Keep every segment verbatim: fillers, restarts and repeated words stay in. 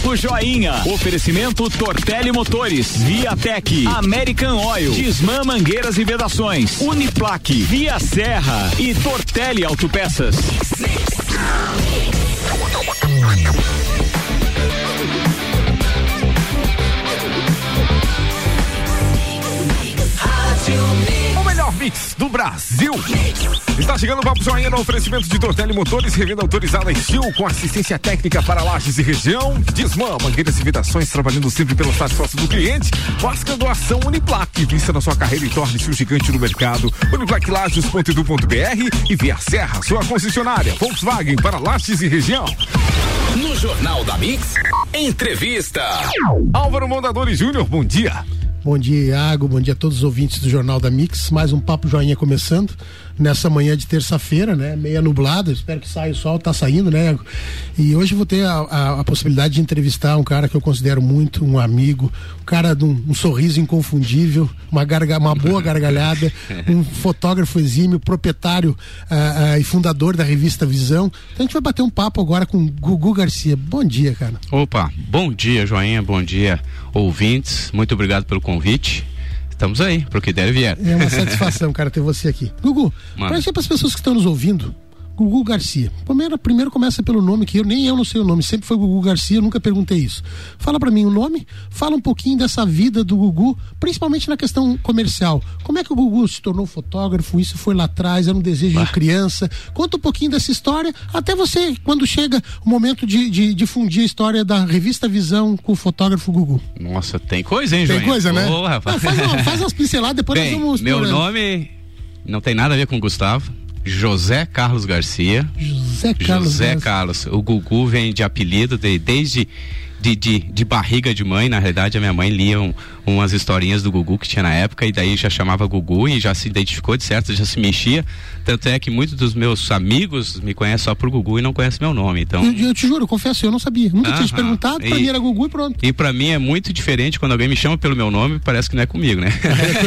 Papo Joinha. Oferecimento Tortelli Motores, Viatec, American Oil, Disman Mangueiras e Vedações, Uniplaque, Via Serra e Tortelli Autopeças. O melhor mix do Brasil. Está chegando o Papo Joinha no oferecimento de Tortelli Motores, revenda autorizada Estil, com assistência técnica para Lages e região. Desmã, mangueiras e vedações, trabalhando sempre pela satisfação do cliente. Pós-graduação Uniplaque, vista na sua carreira e torne-se um gigante no mercado. uniplaque lages ponto edu ponto br e Via Serra, sua concessionária Volkswagen para Lages e região. No Jornal da Mix, entrevista. Álvaro Mondadori Júnior, bom dia. Bom dia, Iago, bom dia a todos os ouvintes do Jornal da Mix, mais um Papo Joinha começando nessa manhã de terça-feira, né, meia nublada, espero que saia o sol, tá saindo, né, Iago? E hoje vou ter a, a, a possibilidade de entrevistar um cara que eu considero muito um amigo, um cara de um, um sorriso inconfundível, uma, garga, uma boa gargalhada, um fotógrafo exímio, proprietário uh, uh, e fundador da revista Visão. Então a gente vai bater um papo agora com Gugu Garcia. Bom dia, cara. Opa, bom dia, Joinha, bom dia, ouvintes, muito obrigado pelo convite. Estamos aí, pro que der e vier. É uma satisfação, cara, ter você aqui. Gugu, para as pessoas que estão nos ouvindo, Gugu Garcia. Primeiro, primeiro começa pelo nome, que eu nem eu não sei o nome, sempre foi Gugu Garcia, eu nunca perguntei isso. Fala pra mim o nome, fala um pouquinho dessa vida do Gugu, principalmente na questão comercial. Como é que o Gugu se tornou fotógrafo? Isso foi lá atrás, era um desejo bah. de criança. Conta um pouquinho dessa história, até você, quando chega o momento de, de difundir a história da revista Visão com o fotógrafo Gugu. Nossa, tem coisa, hein, Joinha? Tem coisa, né? Oh, rapaz. Ah, faz, uma, faz umas pinceladas, depois Bem, nós vamos... meu nome não tem nada a ver com o Gustavo. José Carlos Garcia. José Carlos. José Carlos. O Gugu vem de apelido de, desde de, de, de barriga de mãe. Na realidade, a minha mãe lia um, umas historinhas do Gugu que tinha na época, e daí já chamava Gugu e já se identificou, de certo, já se mexia. Tanto é que muitos dos meus amigos me conhecem só por Gugu e não conhecem meu nome. Então... Eu, eu te juro, eu confesso, eu não sabia. Nunca uh-huh. tinha te perguntado, pra e, mim era Gugu e pronto. E pra mim é muito diferente quando alguém me chama pelo meu nome, parece que não é comigo, né?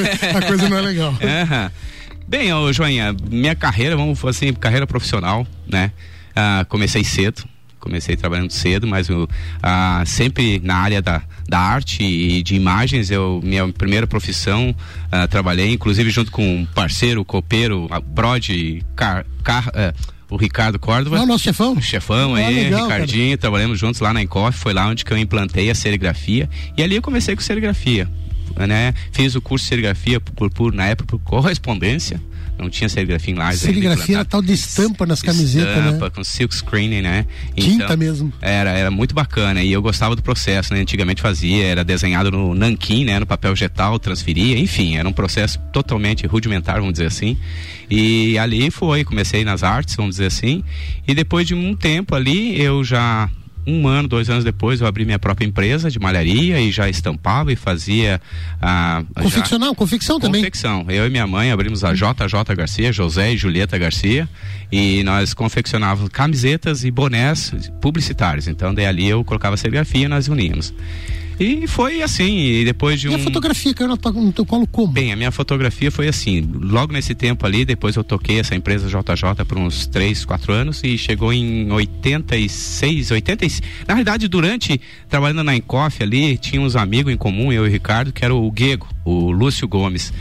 A coisa não é legal. Uh-huh. Bem, ô Joinha, minha carreira, vamos falar assim, carreira profissional, né? Ah, comecei cedo, comecei trabalhando cedo, mas eu, ah, sempre na área da, da arte e de imagens. Eu, minha primeira profissão, ah, trabalhei, inclusive junto com um parceiro, copeiro, a Brody, car, car, ah, o Ricardo Córdova. Ah, o nosso chefão? O chefão ah, aí, legal, Ricardinho, cara. Trabalhamos juntos lá na Encoff, foi lá onde que eu implantei a serigrafia, e ali eu comecei com serigrafia. Né? Fiz o curso de serigrafia por, por, na época por correspondência, não tinha serigrafia em Lages. Serigrafia era tal de estampa nas camisetas, estampa, né? Com silk screening, né? Tinta então, mesmo. Era, era muito bacana, e eu gostava do processo, né? Antigamente fazia, era desenhado no nanquim, né? No papel vegetal, transferia, enfim, era um processo totalmente rudimentar, vamos dizer assim. E ali foi, comecei nas artes, vamos dizer assim, e depois de um tempo ali, eu já... Um ano, dois anos depois, eu abri minha própria empresa de malharia e já estampava e fazia a... Confeccional, já, confecção também? Confecção. Eu e minha mãe abrimos a J J Garcia, José e Julieta Garcia, e nós confeccionávamos camisetas e bonés publicitários. Então, daí ali eu colocava a serigrafia e nós uníamos. E foi assim, e depois de um... E a fotografia caiu no teu colo como? Bem, a minha fotografia foi assim, logo nesse tempo ali, depois eu toquei essa empresa J J por uns três, quatro anos, e chegou em oitenta e seis, oitenta e seis, na realidade, durante, trabalhando na Encoff ali, tinha uns amigos em comum, eu e o Ricardo, que era o Guego, o Lúcio Gomes,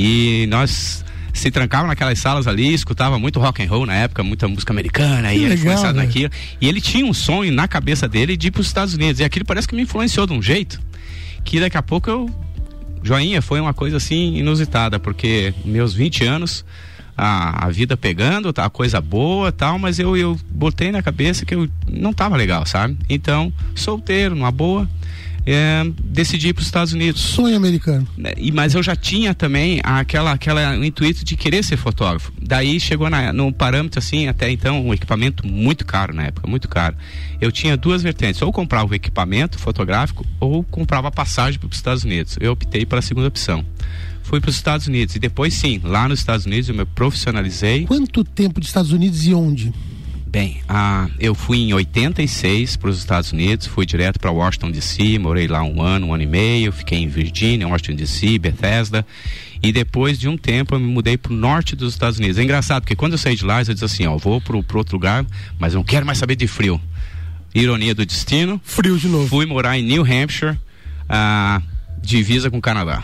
e nós... se trancava naquelas salas ali, escutava muito rock and roll na época, muita música americana, que e ele influenciado naquilo. E ele tinha um sonho na cabeça dele de ir para os Estados Unidos. E aquilo parece que me influenciou de um jeito que daqui a pouco eu... Joinha, foi uma coisa assim inusitada, porque meus vinte anos, a, a vida pegando, tá, a coisa boa e tal, mas eu, eu botei na cabeça que eu não tava legal, sabe? Então, solteiro, numa boa... É, decidi ir para os Estados Unidos. Sonho americano. E, mas eu já tinha também aquela, aquela o intuito de querer ser fotógrafo. Daí chegou na, no parâmetro assim, até então, um equipamento muito caro na época, muito caro. Eu tinha duas vertentes, ou comprava o equipamento fotográfico ou comprava a passagem para os Estados Unidos. Eu optei pela segunda opção. Fui para os Estados Unidos e depois sim, lá nos Estados Unidos eu me profissionalizei. Quanto tempo de Estados Unidos e onde? Bem, ah, eu fui em oitenta e seis para os Estados Unidos, fui direto para Washington D C, morei lá um ano, um ano e meio, fiquei em Virgínia, Washington D C, Bethesda, e depois de um tempo eu me mudei para o norte dos Estados Unidos. É engraçado, porque quando eu saí de lá, eu disse assim, ó, vou para outro lugar, mas não quero mais saber de frio. ironia do destino. Frio de novo. Fui morar em New Hampshire, ah, divisa com o Canadá.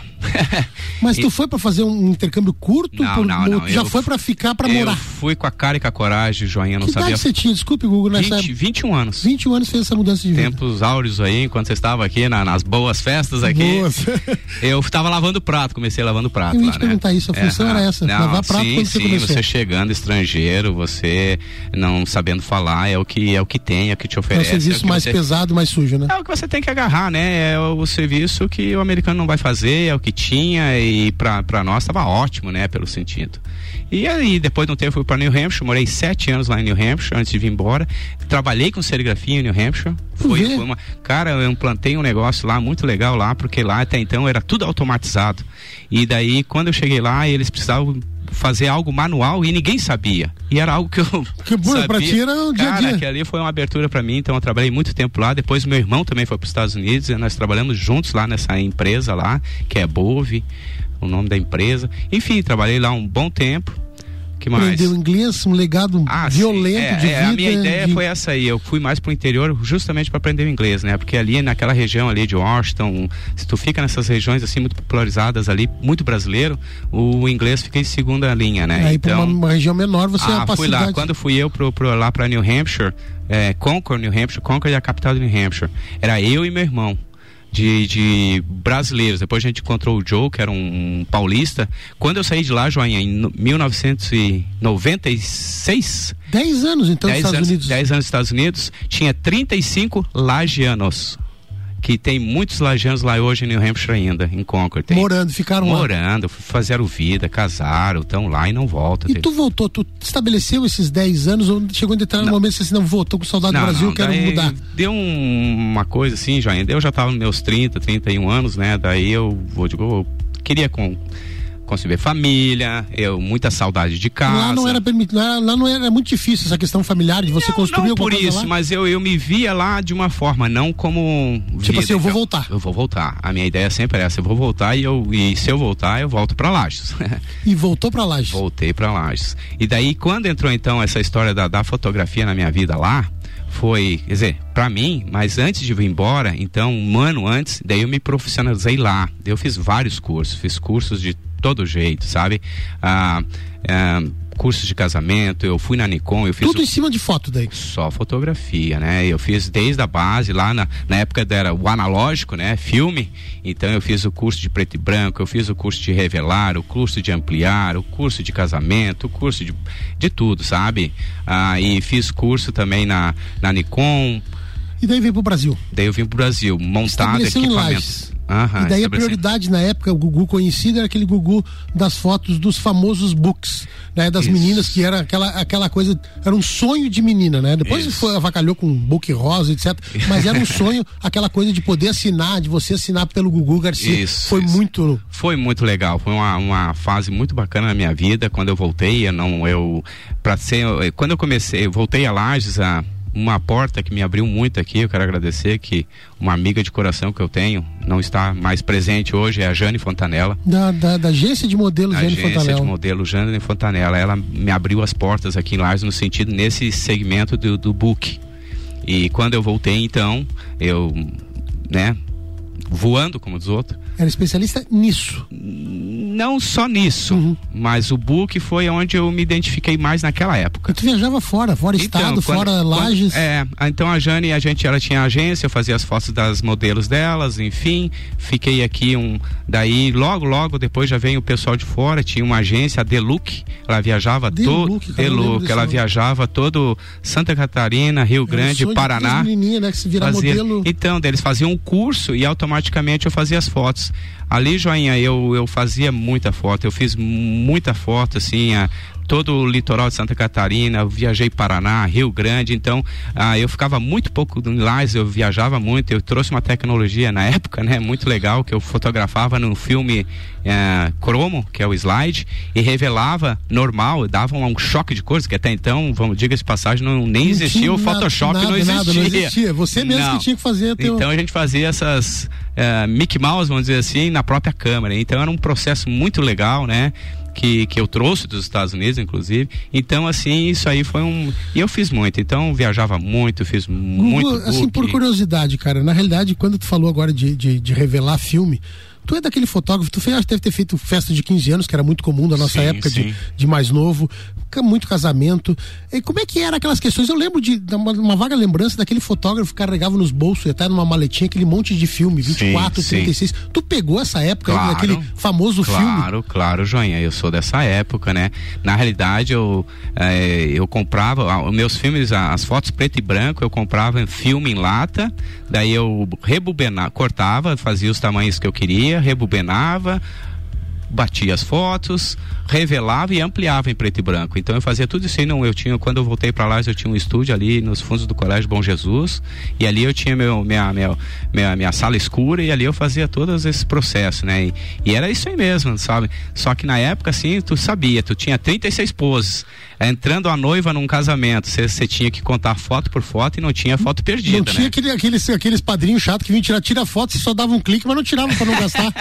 Mas tu foi pra fazer um intercâmbio curto? Não, por, não, não. Já eu foi pra ficar, pra morar? Eu fui com a cara e com a coragem, Joinha, não que sabia. Que idade você tinha? Desculpe, Google, nessa vinte, vinte e um anos. vinte e um anos fez essa mudança de vida. Tempos áureos aí, enquanto você estava aqui na, nas boas festas aqui. Boas. Eu estava lavando prato, comecei lavando prato. Eu ia lá, te né? perguntar isso, a função é, era essa, não, lavar prato sim, quando você sim, começou. Você chegando estrangeiro, você não sabendo falar, é o que, é o que tem, é o que te É oferece. o serviço é o mais você... pesado, mais sujo, né? É o que você tem que agarrar, né? É o, o serviço que o americano não vai fazer, é o que tinha, e pra, pra nós tava ótimo, né? Pelo sentido. E aí, depois de um tempo, eu fui pra New Hampshire, morei sete anos lá em New Hampshire, antes de vir embora. Trabalhei com serigrafia em New Hampshire. Foi, foi uma. Cara, eu plantei um negócio lá muito legal lá, porque lá até então era tudo automatizado. E daí, quando eu cheguei lá, eles precisavam fazer algo manual e ninguém sabia. E era algo que eu que bom, sabia. Pra ti era o dia a dia. Cara, que ali foi uma abertura pra mim, então eu trabalhei muito tempo lá. Depois meu irmão também foi pros Estados Unidos e nós trabalhamos juntos lá nessa empresa lá, que é Bove, o nome da empresa. Enfim, trabalhei lá um bom tempo. Que mais? Aprendeu inglês, um legado ah, violento é, de é, vida. A minha ideia de... foi essa aí, eu fui mais pro interior justamente para aprender o inglês, né? Porque ali naquela região ali de Washington, se tu fica nessas regiões assim muito popularizadas ali, muito brasileiro, o inglês fica em segunda linha, né? Aí então, pra uma, uma região menor você ah, é a fui lá, quando fui eu pro, pro, lá para New Hampshire, é, Concord, New Hampshire, Concord é a capital de New Hampshire, era eu e meu irmão. De, de brasileiros. Depois a gente encontrou o Joe, que era um, um paulista. Quando eu saí de lá, Joinha, em mil novecentos e noventa e seis, dez anos então nos Estados anos, Unidos. dez anos nos Estados Unidos, tinha trinta e cinco lagianos. Que tem muitos lagianos lá hoje em New Hampshire ainda, em Concord. Tem. Morando, ficaram Morando, lá. Morando, fizeram vida, casaram, estão lá e não voltam. E tu voltou, tu estabeleceu esses dez anos ou chegou a entrar no momento que você não voltou com saudade não, do Brasil, não, quero mudar? Deu um, uma coisa assim, já ainda. Eu já estava nos meus trinta, trinta e um anos, né? Daí eu vou, digo, eu queria com conceber família, eu muita saudade de casa. Lá não era permitido, lá, lá não era muito difícil essa questão familiar de você não, construir não alguma por coisa isso, lá? mas eu, eu me via lá de uma forma, não como tipo vida, assim, eu vou então, voltar. Eu vou voltar. A minha ideia sempre é essa, eu vou voltar e, eu, e se eu voltar, eu volto pra Lages. E voltou pra Lages? Voltei pra Lages. E daí, quando entrou então essa história da, da fotografia na minha vida lá, foi, quer dizer, pra mim, mas antes de vir embora, então, um ano antes, daí eu me profissionalizei lá. Daí eu fiz vários cursos, fiz cursos de todo jeito, sabe? Ah, ah, cursos de casamento, eu fui na Nikon, eu fiz tudo o... em cima de foto daí? Só fotografia, né? Eu fiz desde a base, lá na, na época era o analógico, né? Filme, então eu fiz o curso de preto e branco, eu fiz o curso de revelar, o curso de ampliar, o curso de casamento, o curso de, de tudo, sabe? Ah, e fiz curso também na, na Nikon. E daí veio pro Brasil? Daí eu vim pro Brasil, montado equipamento. Aham, e daí a prioridade na época, o Gugu conhecido era aquele Gugu das fotos dos famosos books, né? Das Isso. meninas, que era aquela, aquela coisa, era um sonho de menina, né? Depois Isso. foi, avacalhou com book rosa, etcétera. Mas era um sonho, aquela coisa de poder assinar, de você assinar pelo Gugu Garcia. Isso, foi isso. muito... Foi muito legal, foi uma, uma fase muito bacana na minha vida. Quando eu voltei, eu não, eu, pra ser, quando eu comecei, eu voltei a Lages, a uma porta que me abriu muito aqui, eu quero agradecer que uma amiga de coração que eu tenho, não está mais presente hoje, é a Jane Fontanella. Da, da, da agência de modelos Jane Fontanella. Agência de modelo Jane Fontanella, ela me abriu as portas aqui em Lages no sentido, nesse segmento do, do book. E quando eu voltei então, eu, né, voando como diz outro. Era especialista nisso? Não só nisso, uhum. mas o book foi onde eu me identifiquei mais naquela época. E tu viajava fora, fora então, estado, quando, fora Lages? Quando, é, então a Jane, a gente, ela tinha agência, eu fazia as fotos das modelos delas, enfim, fiquei aqui um, daí logo, logo depois já veio o pessoal de fora, tinha uma agência, a Deluc, ela viajava todo, Deluc, ela viajava todo Santa Catarina, Rio Grande, Paraná. Né, que se virar fazia, modelo... Então, eles faziam um curso e automaticamente eu fazia as fotos. Ali, Joinha, eu, eu fazia muita foto, eu fiz muita foto, assim, a, todo o litoral de Santa Catarina, eu viajei Paraná, Rio Grande, então ah, eu ficava muito pouco em Lages, eu viajava muito, eu trouxe uma tecnologia na época, né, muito legal, que eu fotografava no filme eh, cromo, que é o slide, e revelava normal, dava um, um choque de cores, que até então, vamos, diga-se de passagem, não, nem não existia o Photoshop, nada, não existia. Nada, não existia, você mesmo não. que tinha que fazer. Teu... Então a gente fazia essas uh, Mickey Mouse, vamos dizer assim, na própria câmera, então era um processo muito legal, né? que, que eu trouxe dos Estados Unidos, inclusive. Então, assim, isso aí foi um... E eu fiz muito. Então, viajava muito, fiz muito... Gugu, assim, por curiosidade, cara, na realidade, quando tu falou agora de, de, de revelar filme, tu é daquele fotógrafo, tu fez, deve ter feito festa de quinze anos, que era muito comum da nossa sim, época de, de mais novo, muito casamento. E como é que era aquelas questões? Eu lembro de uma, uma vaga lembrança daquele fotógrafo que carregava nos bolsos e até numa maletinha aquele monte de filme, vinte e quatro, sim, trinta e seis. Sim. Tu pegou essa época, claro, daquele famoso claro, filme? Claro, claro, Joinha, eu sou dessa época, né? Na realidade, eu, é, eu comprava, os meus filmes, as fotos preto e branco, eu comprava em filme em lata, daí eu rebobinava, cortava, fazia os tamanhos que eu queria, rebobenava, batia as fotos, revelava e ampliava em preto e branco. Então eu fazia tudo isso aí. Não, eu tinha, quando eu voltei para lá, eu tinha um estúdio ali nos fundos do Colégio Bom Jesus, e ali eu tinha meu, minha, minha, minha, minha sala escura, e ali eu fazia todos esses processos, né? E, e era isso aí mesmo, sabe? Só que na época, assim, tu sabia, tu tinha trinta e seis poses. Entrando a noiva num casamento, você tinha que contar foto por foto e não tinha foto perdida, não tinha, né? Aquele, aqueles, aqueles padrinhos chatos que vinham tirar tira foto e só dava um clique, mas não tiravam para não gastar.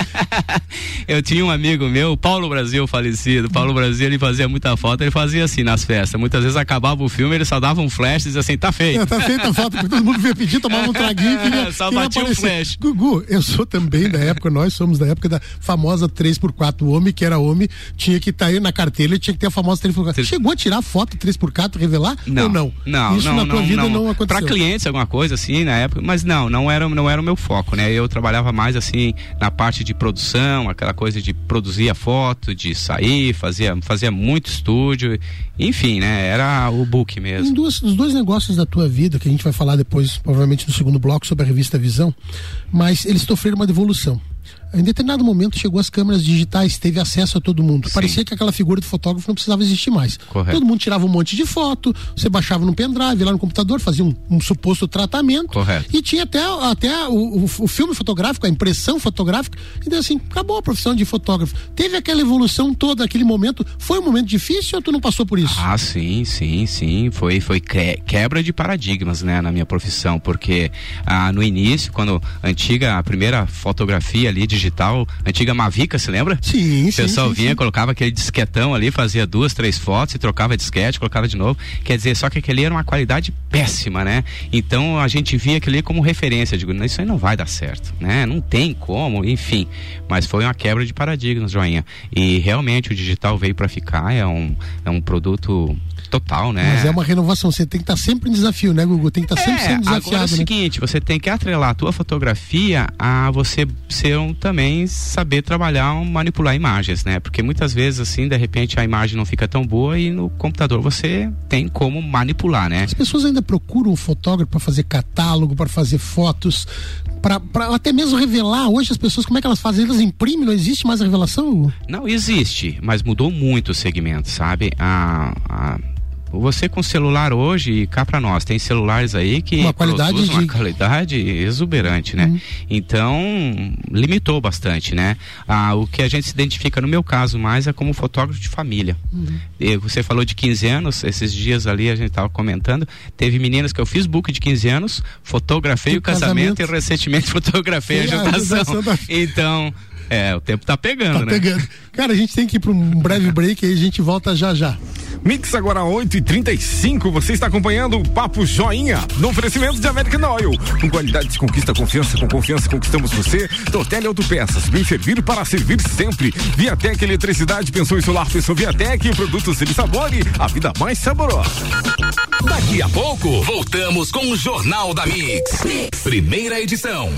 Eu tinha um amigo meu, Paulo Brasil, falecido. Paulo Brasil, ele fazia muita foto, ele fazia assim nas festas. Muitas vezes acabava o filme, ele só dava um flash e dizia assim, tá feito. É, tá feita a foto, porque todo mundo vinha pedir, tomava um traguinho e queria, só queria batia aparecer. um flash. Gugu, eu sou também da época, nós somos da época da famosa três por quatro. O homem que era homem tinha que estar tá aí na carteira, ele tinha que ter a famosa três por quatro. Chegou a tirar foto três por quatro, revelar não, ou não? Não, isso não, na tua não, vida não, não aconteceu? Para clientes, alguma coisa assim, na época, mas não, não era, não era o meu foco, né? Eu trabalhava mais assim, na parte de produção, aquela coisa de produzir a foto, de sair, fazia, fazia muito estúdio, enfim, né? Era o book mesmo. Em duas, os dois negócios da tua vida, que a gente vai falar depois, provavelmente no segundo bloco, sobre a revista Visão, mas eles sofreram uma devolução. Em determinado momento chegou as câmeras digitais, teve acesso a todo mundo. Sim. Parecia que aquela figura do fotógrafo não precisava existir mais. Correto. Todo mundo tirava um monte de foto, você baixava no pendrive, lá no computador, fazia um, um suposto tratamento. Correto. E tinha até, até o, o, o filme fotográfico, a impressão fotográfica. Então assim, acabou a profissão de fotógrafo. Teve aquela evolução toda, aquele momento. Foi um momento difícil ou tu não passou por isso? Ah, sim, sim, sim. Foi, foi quebra de paradigmas, né, na minha profissão, porque ah, no início, quando a antiga, a primeira fotografia ali de digital, antiga Mavica, se lembra? Sim, sim. O pessoal sim, vinha, sim. colocava aquele disquetão ali, fazia duas, três fotos e trocava disquete, colocava de novo. Quer dizer, só que aquele era uma qualidade péssima, né? Então a gente via aquele ali como referência. Eu digo, isso aí não vai dar certo, né? Não tem como, enfim. Mas foi uma quebra de paradigmas, Joinha. E realmente o digital veio para ficar, é um, é um produto total, né? Mas é uma renovação, você tem que estar tá sempre em desafio, né, Gugu? Tem que estar tá sempre é, sendo desafiado. Agora é o né? seguinte, você tem que atrelar a tua fotografia a você ser um, também saber trabalhar, um, manipular imagens, né? Porque muitas vezes, assim, de repente a imagem não fica tão boa e no computador você tem como manipular, né? As pessoas ainda procuram um fotógrafo para fazer catálogo, para fazer fotos, para até mesmo revelar. Hoje as pessoas, como é que elas fazem? Elas imprimem, não existe mais a revelação, Gugu? Não existe, mas mudou muito o segmento, sabe? A... a... Você com celular hoje, e cá pra nós, tem celulares aí que uma qualidade produzem uma de... qualidade exuberante, né? Uhum. Então, limitou bastante, né? Ah, o que a gente se identifica, no meu caso mais, é como fotógrafo de família. Uhum. E você falou de quinze anos, esses dias ali a gente tava comentando, teve meninas que eu fiz book de quinze anos, fotografei o, o casamento, casamento e recentemente fotografei Sim, a juntação. Da... Então, é, o tempo tá pegando, tá né? Pegando. Cara, a gente tem que ir para um breve break e a gente volta já já. Mix agora oito e trinta e cinco, você está acompanhando o Papo Joinha, no oferecimento de American Oil. Com qualidade se conquista confiança, com confiança conquistamos você. Tortelli Autopeças, bem servir para servir sempre. Viatec Eletricidade, pensou em solar, pensou Viatec, produtos de sabor e a vida mais saborosa. Daqui a pouco, voltamos com o Jornal da Mix. Mix. Primeira edição.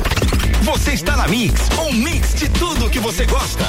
Você está na Mix, um mix de tudo que você gosta.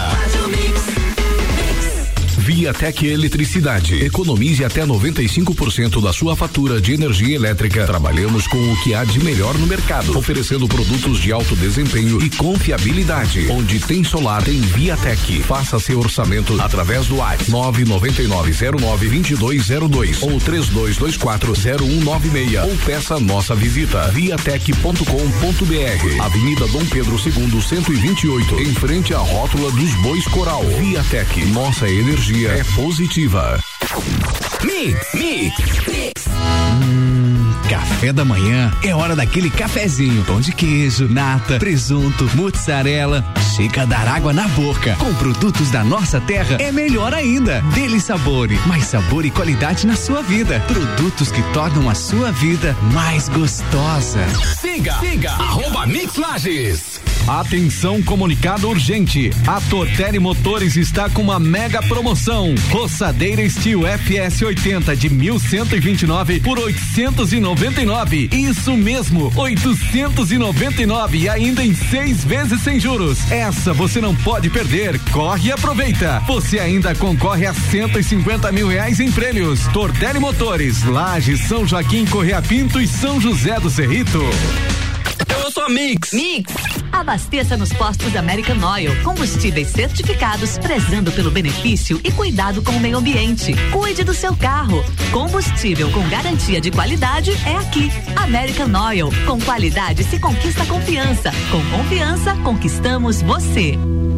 Viatec Eletricidade. Economize até noventa e cinco por cento da sua fatura de energia elétrica. Trabalhamos com o que há de melhor no mercado, oferecendo produtos de alto desempenho e confiabilidade. Onde tem solar, tem Viatec. Faça seu orçamento através do WhatsApp nove nove nove zero nove dois dois zero dois ou três dois dois quatro zero um nove seis ou peça nossa visita viatec ponto com ponto br. Avenida Dom Pedro segundo, cento e vinte e oito, em frente à rótula dos Bois Coral. Viatec, nossa energia é positiva. Mix, mix, mix. Hum, Café da manhã é hora daquele cafezinho, pão de queijo, nata, presunto, mussarela, chega a dar água na boca. Com produtos da nossa terra é melhor ainda. Deli Sabore, mais sabor e qualidade na sua vida. Produtos que tornam a sua vida mais gostosa. Siga, siga, arroba Mix Lages. Atenção, comunicado urgente. A Tortelli Motores está com uma mega promoção. Roçadeira Steel F S oitenta de mil cento e vinte e nove por oitocentos e noventa e nove. Isso mesmo, oitocentos e noventa e nove e ainda em seis vezes sem juros. Essa você não pode perder. Corre e aproveita. Você ainda concorre a cento e cinquenta mil reais em prêmios. Tortelli Motores, Lages, São Joaquim, Correia Pinto e São José do Cerrito. Eu sou a Mix. Mix. Abasteça nos postos American Oil. Combustíveis certificados, prezando pelo benefício e cuidado com o meio ambiente. Cuide do seu carro. Combustível com garantia de qualidade é aqui. American Oil. Com qualidade se conquista confiança. Com confiança, conquistamos você.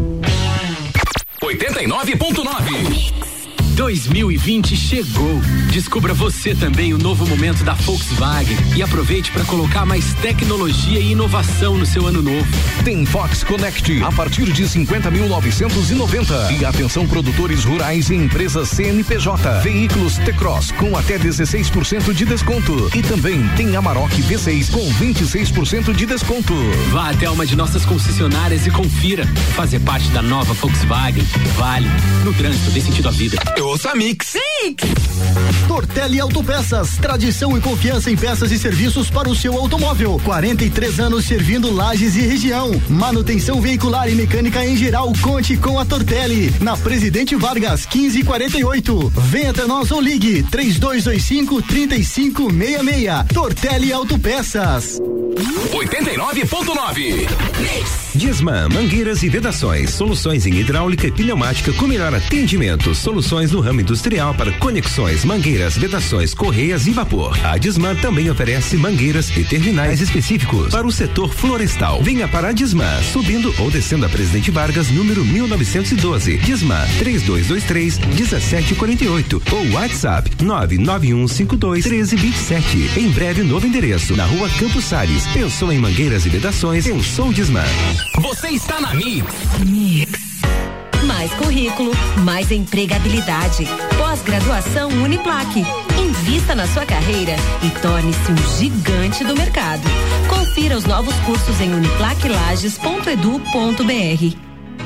oitenta e nove ponto nove. dois mil e vinte chegou. Descubra você também o novo momento da Volkswagen e aproveite para colocar mais tecnologia e inovação no seu ano novo. Tem Fox Connect a partir de cinquenta mil novecentos e noventa. E atenção, produtores rurais e empresas C N P J. Veículos T-Cross com até dezesseis por cento de desconto. E também tem Amarok V seis com vinte e seis por cento de desconto. Vá até uma de nossas concessionárias e confira. Fazer parte da nova Volkswagen vale. No trânsito, dê sentido à vida. Eu ouço a Mix. Mix. Tortelli Autopeças, tradição e confiança em peças e serviços para o seu automóvel. quarenta e três anos servindo Lages e região. Manutenção veicular e mecânica em geral, conte com a Tortelli. Na Presidente Vargas, quinze e quarenta e oito. Venha até nós ou ligue três dois dois cinco, três cinco seis seis. Tortelli Autopeças. oitenta e nove ponto nove. Disman, mangueiras e vedações, soluções em hidráulica e pneumática com melhor atendimento, soluções no ramo industrial para conexões, mangueiras, vedações, correias e vapor. A Disman também oferece mangueiras e terminais específicos para o setor florestal. Venha para a Disman, subindo ou descendo a Presidente Vargas, número mil novecentos e doze. Disman, três dois dois três, um sete quatro oito ou WhatsApp nove nove um cinco dois, um três dois sete. Em breve, novo endereço, na rua Campos Salles. Pensou em mangueiras e vedações? Pensou Disman. Você está na Mix. Mix. Mais currículo, mais empregabilidade. Pós-graduação Uniplac. Invista na sua carreira e torne-se um gigante do mercado. Confira os novos cursos em uniplaclages ponto edu ponto br.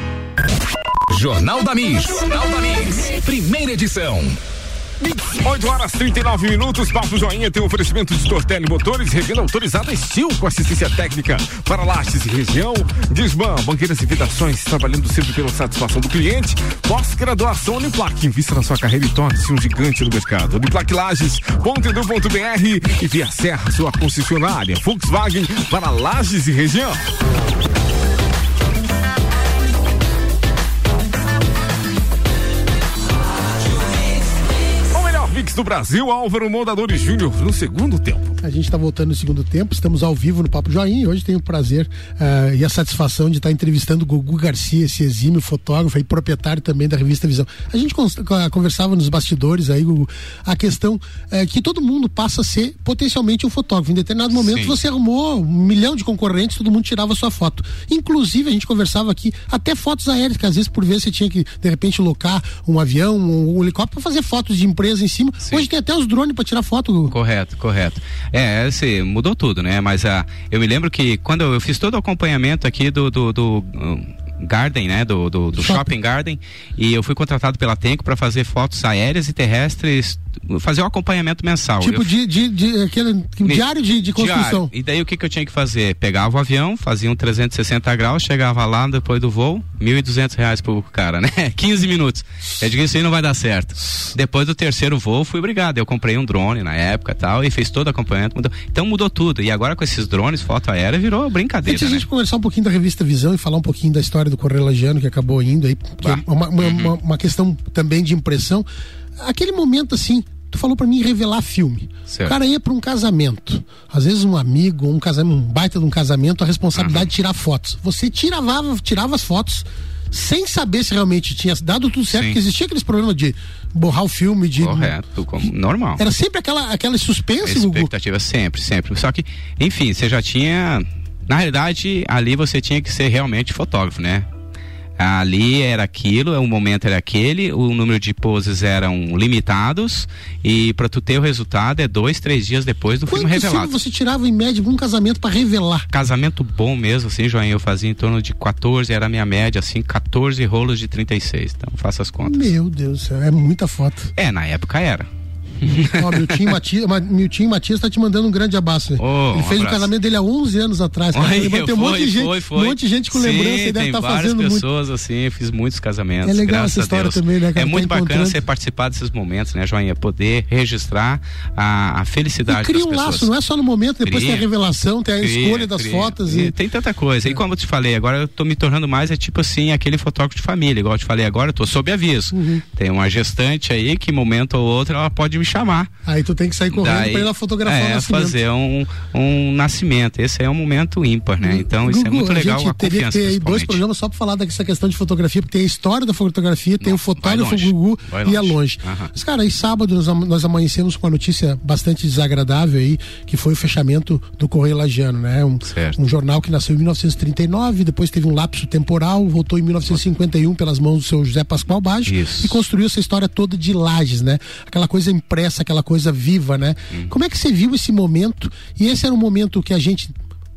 Jornal da Mix. Jornal da Mix. Primeira edição. oito horas e trinta e nove minutos, Papo Joinha tem um oferecimento de Tortelli Motores, revenda autorizada Steel com assistência técnica para Lages e região. Disman, banqueiras e vedações, trabalhando sempre pela satisfação do cliente. Pós-graduação Uniplac, invista na sua carreira e torne-se um gigante no mercado. Uniplaclages ponto edu ponto br e Via Serra, sua concessionária Volkswagen para Lages e região. Mix do Brasil, Álvaro Moldadores Júnior no segundo tempo. A gente está voltando no segundo tempo, estamos ao vivo no Papo Joinha e hoje tenho o prazer uh, e a satisfação de estar entrevistando o Gugu Garcia, esse exímio fotógrafo e proprietário também da revista Visão. A gente cons- conversava nos bastidores aí, Gugu, a questão uh, que todo mundo passa a ser potencialmente um fotógrafo. Em determinado momento Sim. você arrumou um milhão de concorrentes, todo mundo tirava sua foto. Inclusive a gente conversava aqui até fotos aéreas, que às vezes por vezes você tinha que de repente locar um avião, um, um helicóptero para fazer fotos de empresa em cima. Sim. Hoje tem até os drones para tirar foto, Gugu. Correto, correto. É, assim, mudou tudo, né? Mas ah, eu me lembro que quando eu, eu fiz todo o acompanhamento aqui do, do, do um, Garden, né? Do, do, do Shopping. Shopping Garden, e eu fui contratado pela Tenco para fazer fotos aéreas e terrestres, fazer um acompanhamento mensal. Tipo eu, de, de, de aquele me, diário de, de construção. Diário. E daí o que que eu tinha que fazer? Pegava o avião, fazia um trezentos e sessenta graus, chegava lá depois do voo, mil e duzentos reais pro cara, né? quinze minutos. Eu digo, isso aí não vai dar certo. Depois do terceiro voo, fui obrigado. Eu comprei um drone na época e tal, e fiz todo o acompanhamento. Mudou. Então mudou tudo. E agora com esses drones, foto aérea, virou brincadeira. Antes de né? a gente conversar um pouquinho da revista Visão e falar um pouquinho da história do Correio Lagiano que acabou indo aí, que é uma, uma, uhum. uma, uma questão também de impressão. Aquele momento assim, tu falou pra mim revelar filme. Certo. O cara ia pra um casamento, às vezes um amigo, um casamento, um baita de um casamento, a responsabilidade uhum. de tirar fotos. Você tirava, tirava as fotos sem saber se realmente tinha dado tudo certo, porque existia aqueles problemas de borrar o filme, de... Correto, como normal. Era sempre aquela, aquela suspense, Gugu. Expectativa sempre, sempre. Só que, enfim, você já tinha... Na realidade, ali você tinha que ser realmente fotógrafo, né? Ali era aquilo, o momento era aquele, o número de poses eram limitados e para tu ter o resultado é dois, três dias depois do Quanto filme revelado. Você tirava em média um casamento para revelar? Casamento bom mesmo, assim, Joinha, eu fazia em torno de quatorze, era a minha média, assim, quatorze rolos de trinta e seis, então faça as contas. Meu Deus do céu, é muita foto. É, na época era. Ó, Miltinho Matias, Miltinho Matias tá te mandando um grande abraço. Oh, ele um fez abraço. o casamento dele há onze anos atrás. Cara. Oi, tem um foi, monte de gente, foi, foi. Um monte de gente com Sim, lembrança e deve estar tá fazendo muito. Tem várias pessoas assim, eu fiz muitos casamentos. É legal essa história também, né, cara? É muito tá bacana você participar desses momentos, né, Joinha? Poder registrar a, a felicidade e cria das um pessoas. laço, não é só no momento, depois cria, tem a revelação, tem a cria, escolha das cria, fotos. Cria, e... Tem tanta coisa. E como eu te falei, agora eu tô me tornando mais, é tipo assim, aquele fotógrafo de família, igual eu te falei agora, eu tô sob aviso. Uhum. Tem uma gestante aí que momento ou outro ela pode me chamar. Aí tu tem que sair correndo Daí, pra ir lá fotografar é, o nascimento. fazer um, um nascimento. Esse aí é um momento ímpar, né? Então isso Gugu, é muito legal. A gente a teria que ter aí dois programas só pra falar dessa questão de fotografia, porque tem a história da fotografia, Não, tem o fotógrafo Gugu e é longe. Uhum. Mas, cara, aí sábado nós, nós amanhecemos com uma notícia bastante desagradável aí, que foi o fechamento do Correio Lagiano, né? Um, um jornal que nasceu em mil novecentos e trinta e nove, depois teve um lapso temporal, voltou em mil novecentos e cinquenta e um pelas mãos do seu José Pascoal Baggio e construiu essa história toda de Lages, né? Aquela coisa impressa, aquela coisa viva, né? Hum. Como é que você viu esse momento? E esse era um momento que a gente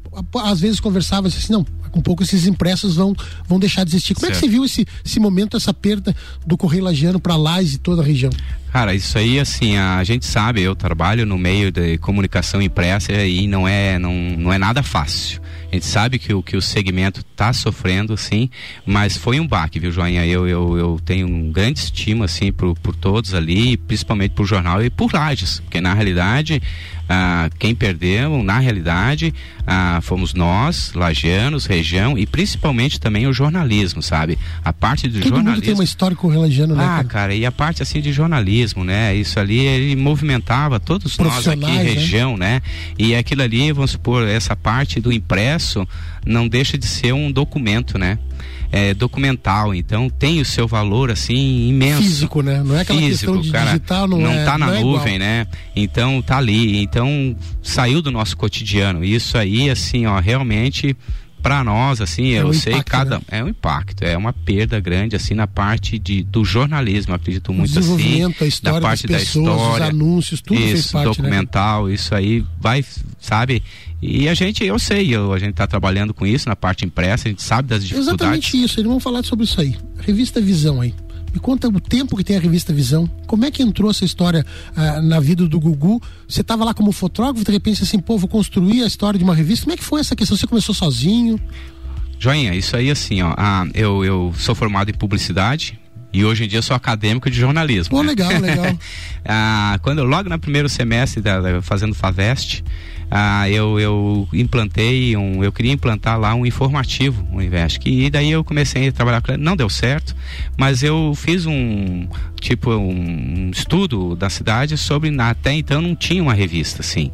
às vezes conversava assim, não, um pouco esses impressos vão, vão deixar de existir. Como certo. É que você viu esse, esse momento, essa perda do Correio Lagiano para Lages e toda a região? Cara, isso aí, assim, a gente sabe, eu trabalho no meio de comunicação impressa e não é, não, não é nada fácil. A gente sabe que o, que o segmento está sofrendo, sim, mas foi um baque, viu, Joinha? Eu, eu, eu tenho um grande estima, assim, por, por todos ali, principalmente por jornal e por Lages, porque na realidade, ah, quem perdeu, na realidade, ah, fomos nós, lagianos, região e principalmente também o jornalismo, sabe? A parte do Todo jornalismo... mundo tem uma história com o Lagiano, né? Ah, cara? cara, e a parte, assim, de jornalismo, né? Isso ali, ele movimentava todos nós aqui, região, né? né? E aquilo ali, vamos supor, essa parte do impresso não deixa de ser um documento, né? É, documental, então tem o seu valor assim imenso. Físico, né? Não é aquela Físico, questão de cara, digital, não, não é, tá na não é nuvem, igual. né? Então tá ali, então saiu do nosso cotidiano. Isso aí, assim, ó, realmente para nós, assim, é eu um sei impacto, cada né? é um impacto, é uma perda grande, assim, na parte de do jornalismo, acredito muito o desenvolvimento, assim, a história da parte das pessoas, da história, os anúncios, tudo isso, fez parte, documental, né? Isso aí vai, sabe? E a gente, eu sei, eu, a gente está trabalhando com isso na parte impressa, a gente sabe das dificuldades. Exatamente isso, eles vão falar sobre isso aí. Revista Visão aí. Me conta o tempo que tem a revista Visão. Como é que entrou essa história ah, na vida do Gugu? Você estava lá como fotógrafo, de repente assim, pô, vou construir a história de uma revista. Como é que foi essa questão? Você começou sozinho? Joinha, isso aí assim, ó, ah, eu, eu sou formado em publicidade e hoje em dia sou acadêmico de jornalismo. Pô, né? legal, legal. ah, quando logo no primeiro semestre da, fazendo Favest, ah, eu, eu implantei um, eu queria implantar lá um informativo, um Invest, e daí eu comecei a trabalhar com ele, não deu certo, mas eu fiz um tipo um estudo da cidade sobre, até então não tinha uma revista assim.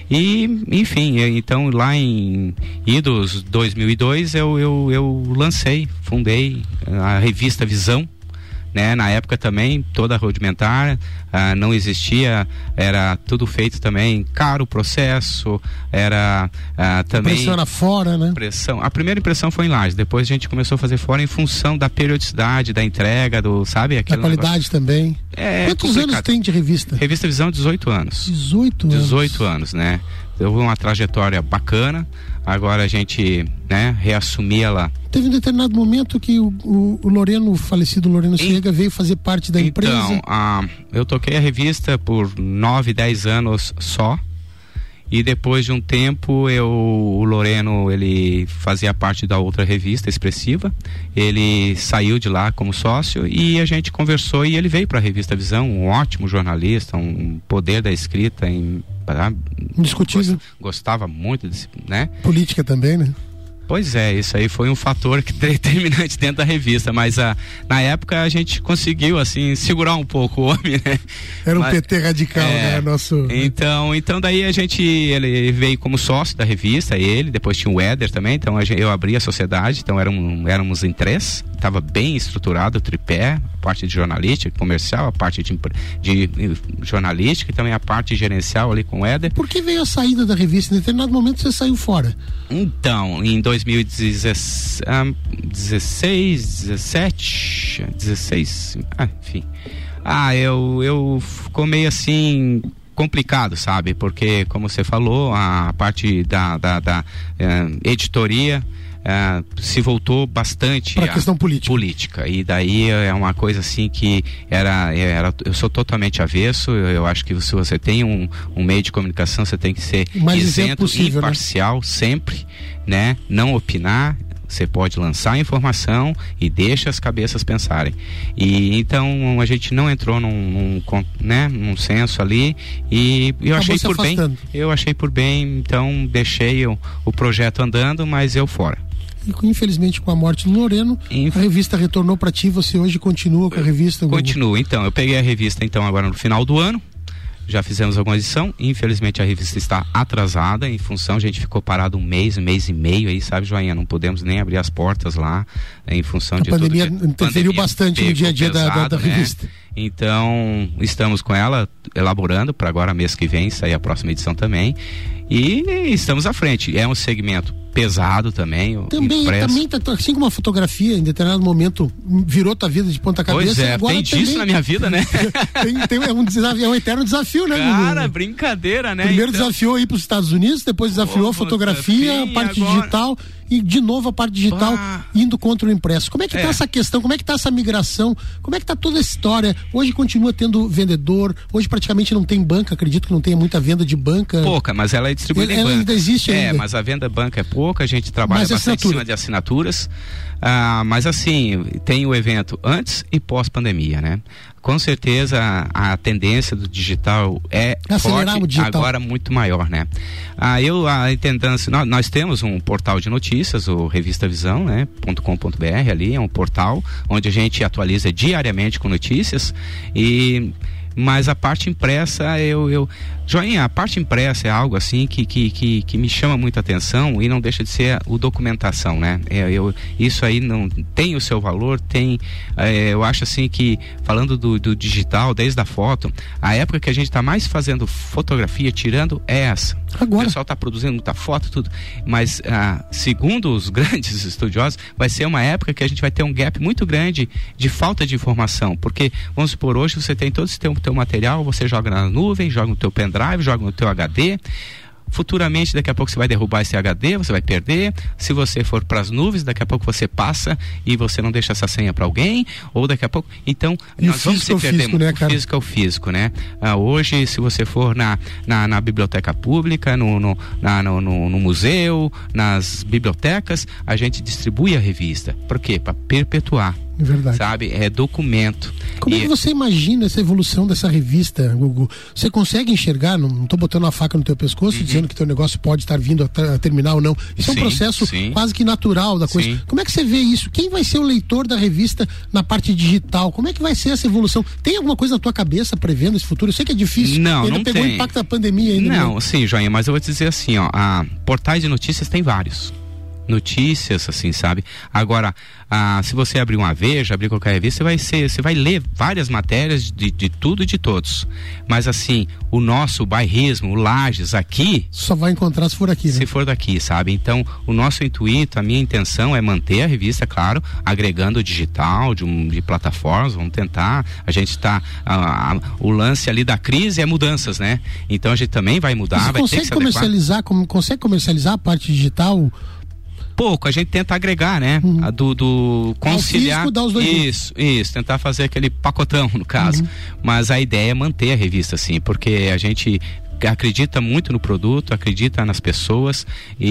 E, enfim, então lá em idos dois mil e dois eu, eu, eu lancei, fundei a revista Visão, né? Na época também toda rudimentar, ah, não existia, era tudo feito também caro o processo, era ah, também... Pressão era fora, né? Pressão. A primeira impressão foi em Lages, depois a gente começou a fazer fora em função da periodicidade, da entrega, do, sabe? Da qualidade negócio. Também. É Quantos complicado. anos tem de revista? Revista Visão, dezoito anos. dezoito anos. dezoito anos, né? Houve uma trajetória bacana, agora a gente, né, reassumi-la. Teve um determinado momento que o, o, o Loreno, o falecido Loreno Ciega, veio fazer parte da empresa. Então, ah, eu toquei a revista por nove, dez anos só, e depois de um tempo eu, o Loreno, ele fazia parte da outra revista, Expressiva, ele saiu de lá como sócio e a gente conversou e ele veio para a revista Visão, um ótimo jornalista, um poder da escrita em... Indiscutível. Gostava muito desse, né? Política também, né? Pois é, isso aí foi um fator que determinante dentro da revista, mas a, na época a gente conseguiu, assim, segurar um pouco o homem, né? Era um mas, P T radical, é, né? Nosso... Então, então daí a gente, ele veio como sócio da revista, ele, depois tinha o Éder também, então a gente, eu abri a sociedade, então éramos, éramos em três, estava bem estruturado o tripé, a parte de jornalística, comercial, a parte de, de jornalística e também a parte gerencial ali com o Éder. Por que veio a saída da revista? Em determinado momento você saiu fora. Então, em dois mil e dezesseis, dezessete, dezesseis, ah, enfim. Ah, eu, eu ficou meio assim complicado, sabe? Porque, como você falou, a parte da, da, da eh, editoria Uh, se voltou bastante para a questão política. política e daí é uma coisa assim que era, era eu sou totalmente avesso. Eu, eu acho que se você tem um, um meio de comunicação, você tem que ser mais isento, possível, imparcial, né? Sempre, né? Não opinar. Você pode lançar a informação e deixa as cabeças pensarem. E então a gente não entrou num, num, né, num senso ali e eu Acabou achei por afastando. bem. Eu achei por bem, então deixei o, o projeto andando, mas eu fora. E infelizmente com a morte do Loreno, Inf... a revista retornou para ti, você hoje continua com a revista? Continua, então, eu peguei a revista então agora no final do ano, já fizemos alguma edição, infelizmente a revista está atrasada em função, a gente ficou parado um mês, um mês e meio aí, sabe, Joinha, não podemos nem abrir as portas lá, em função a de pandemia tudo. Interferiu pandemia bastante no dia a dia pesado, da, da, da né? revista. Então, estamos com ela elaborando para agora mês que vem sair a próxima edição também e estamos à frente, é um segmento pesado também. Também, também tá, assim como a fotografia em determinado momento virou tua vida de ponta cabeça. Pois é, agora tem também, disso na minha vida, né? tem, tem, é, um desafio, é um eterno desafio, né? Cara, Gugu? Brincadeira, né? Primeiro então... desafiou ir para os Estados Unidos, depois desafiou oh, a fotografia, a parte agora... digital e de novo a parte digital bah. indo contra o impresso. Como é que é. tá essa questão? Como é que tá essa migração? Como é que tá toda essa história? Hoje continua tendo vendedor, hoje praticamente não tem banca, acredito que não tenha muita venda de banca. Pouca, mas ela é distribuída ela, em banca. Ela ainda existe É, ainda. mas a venda banca é pouca, a gente trabalha mas bastante em cima de assinaturas. Ah, mas assim, tem o evento antes e pós-pandemia, né? Com certeza a, a tendência do digital é Acelerar forte, o digital. agora muito maior, né? Ah, eu a tendência, nós, nós temos um portal de notícias, o Revista Visão, né? .com.br ali, é um portal onde a gente atualiza diariamente com notícias e mas a parte impressa, eu, eu Joinha, a parte impressa é algo assim que, que, que, que me chama muita atenção e não deixa de ser o documentação, né? É, eu, isso aí não tem o seu valor, tem, é, eu acho assim que, falando do, do digital, desde a foto, a época que a gente está mais fazendo fotografia, tirando é essa. Agora. O pessoal está produzindo muita foto, tudo, mas ah, segundo os grandes estudiosos, vai ser uma época que a gente vai ter um gap muito grande de falta de informação, porque, vamos supor, hoje você tem todo esse teu, teu material, você joga na nuvem, joga no teu pendrive, joga no teu H D, futuramente daqui a pouco você vai derrubar esse H D, você vai perder, se você for para as nuvens, daqui a pouco você passa e você não deixa essa senha para alguém, ou daqui a pouco, então e nós vamos se perder, físico, né, o físico é o físico, né? Ah, hoje, se você for na, na, na biblioteca pública, no, no, na, no, no, no museu, nas bibliotecas, a gente distribui a revista, por quê? Para perpetuar. É verdade. Sabe? É documento. Como e... é que você imagina essa evolução dessa revista, Gugu? Você consegue enxergar, não estou botando a faca no teu pescoço, uhum. dizendo que teu negócio pode estar vindo a, a terminar ou não. Isso sim, é um processo sim. quase que natural da coisa. Sim. Como é que você vê isso? Quem vai ser o leitor da revista na parte digital? Como é que vai ser essa evolução? Tem alguma coisa na tua cabeça prevendo esse futuro? Eu sei que é difícil. Não, ainda não pegou tem. o impacto da pandemia ainda. Não, não, sim, Joinha, mas eu vou te dizer assim, ó, a portais de notícias tem vários. Notícias, assim, sabe? Agora, ah, se você abrir uma Veja, abrir qualquer revista, você vai ser, você vai ler várias matérias de, de tudo e de todos. Mas assim, o nosso bairrismo, o Lages aqui, só vai encontrar se for aqui, né? Se for daqui, sabe? Então, o nosso intuito, a minha intenção é manter a revista, claro, agregando o digital, de, um, de plataformas, vamos tentar. A gente está, ah, ah, o lance ali da crise é mudanças, né? Então a gente também vai mudar, você vai consegue ter que se comercializar, como, consegue comercializar a parte digital? Pouco, a gente tenta agregar, né? Uhum. A do, do conciliar. Físico, dá os dois isso, isso, tentar fazer aquele pacotão, no caso. Uhum. Mas a ideia é manter a revista, assim, porque a gente acredita muito no produto, acredita nas pessoas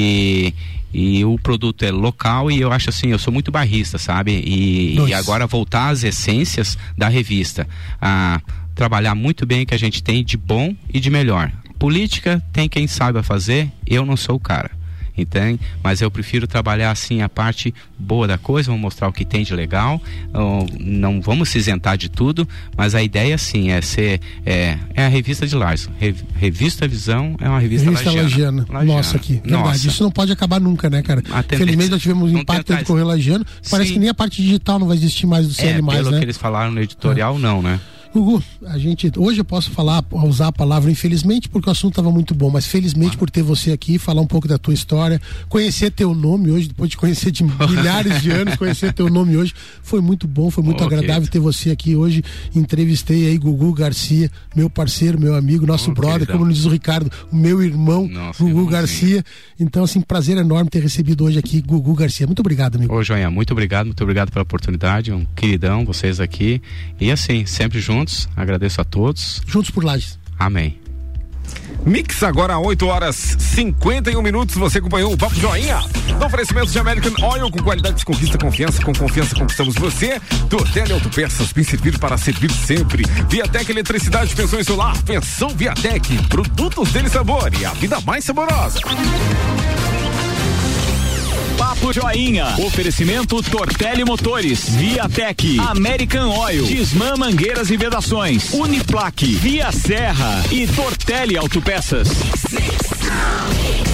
e, e o produto é local e eu acho assim, eu sou muito bairrista, sabe? E, e agora voltar às essências da revista, a trabalhar muito bem o que a gente tem de bom e de melhor. Política tem quem saiba fazer, eu não sou o cara. Então, mas eu prefiro trabalhar assim a parte boa da coisa, vamos mostrar o que tem de legal, não vamos se isentar de tudo, mas a ideia sim é ser, é, é a revista de Lages. Re, revista Visão é uma revista, revista lagiana. lagiana. Nossa, aqui, verdade, Nossa. Isso não pode acabar nunca, né, cara? Felizmente nós tivemos um impacto do Correio Lagiano, parece sim. que nem a parte digital não vai existir mais do C L mais, pelo né? que eles falaram no editorial, é. não, né? Gugu, a gente, hoje eu posso falar, usar a palavra infelizmente porque o assunto estava muito bom, mas felizmente ah. por ter você aqui, falar um pouco da tua história, conhecer teu nome hoje, depois de conhecer de milhares de anos, conhecer teu nome hoje, foi muito bom, foi muito okay. agradável ter você aqui hoje. Entrevistei aí Gugu Garcia, meu parceiro, meu amigo, nosso oh, brother, queridão. Como diz o Ricardo, o meu irmão, Nossa, Gugu irmãozinho. Garcia. Então, assim, prazer enorme ter recebido hoje aqui Gugu Garcia. Muito obrigado, amigo. Ô, Joinha, muito obrigado, muito obrigado pela oportunidade, um queridão, vocês aqui. E assim, sempre juntos. Agradeço a todos. Juntos por Lages. Amém. Mix agora oito horas cinquenta e um minutos. Você acompanhou o Papo Joinha. No oferecimento de American Oil, com qualidade conquista confiança, com confiança conquistamos você. Tortelli Autopeças, bem servir para servir sempre. Viatec Eletricidade, pensão em solar, pensão Viatec. Produtos dele sabor e a vida mais saborosa. Papo Joinha. Oferecimento Tortelli Motores, Viatec, American Oil, Disman Mangueiras e Vedações, Uniplaque, Via Serra e Tortelli Autopeças.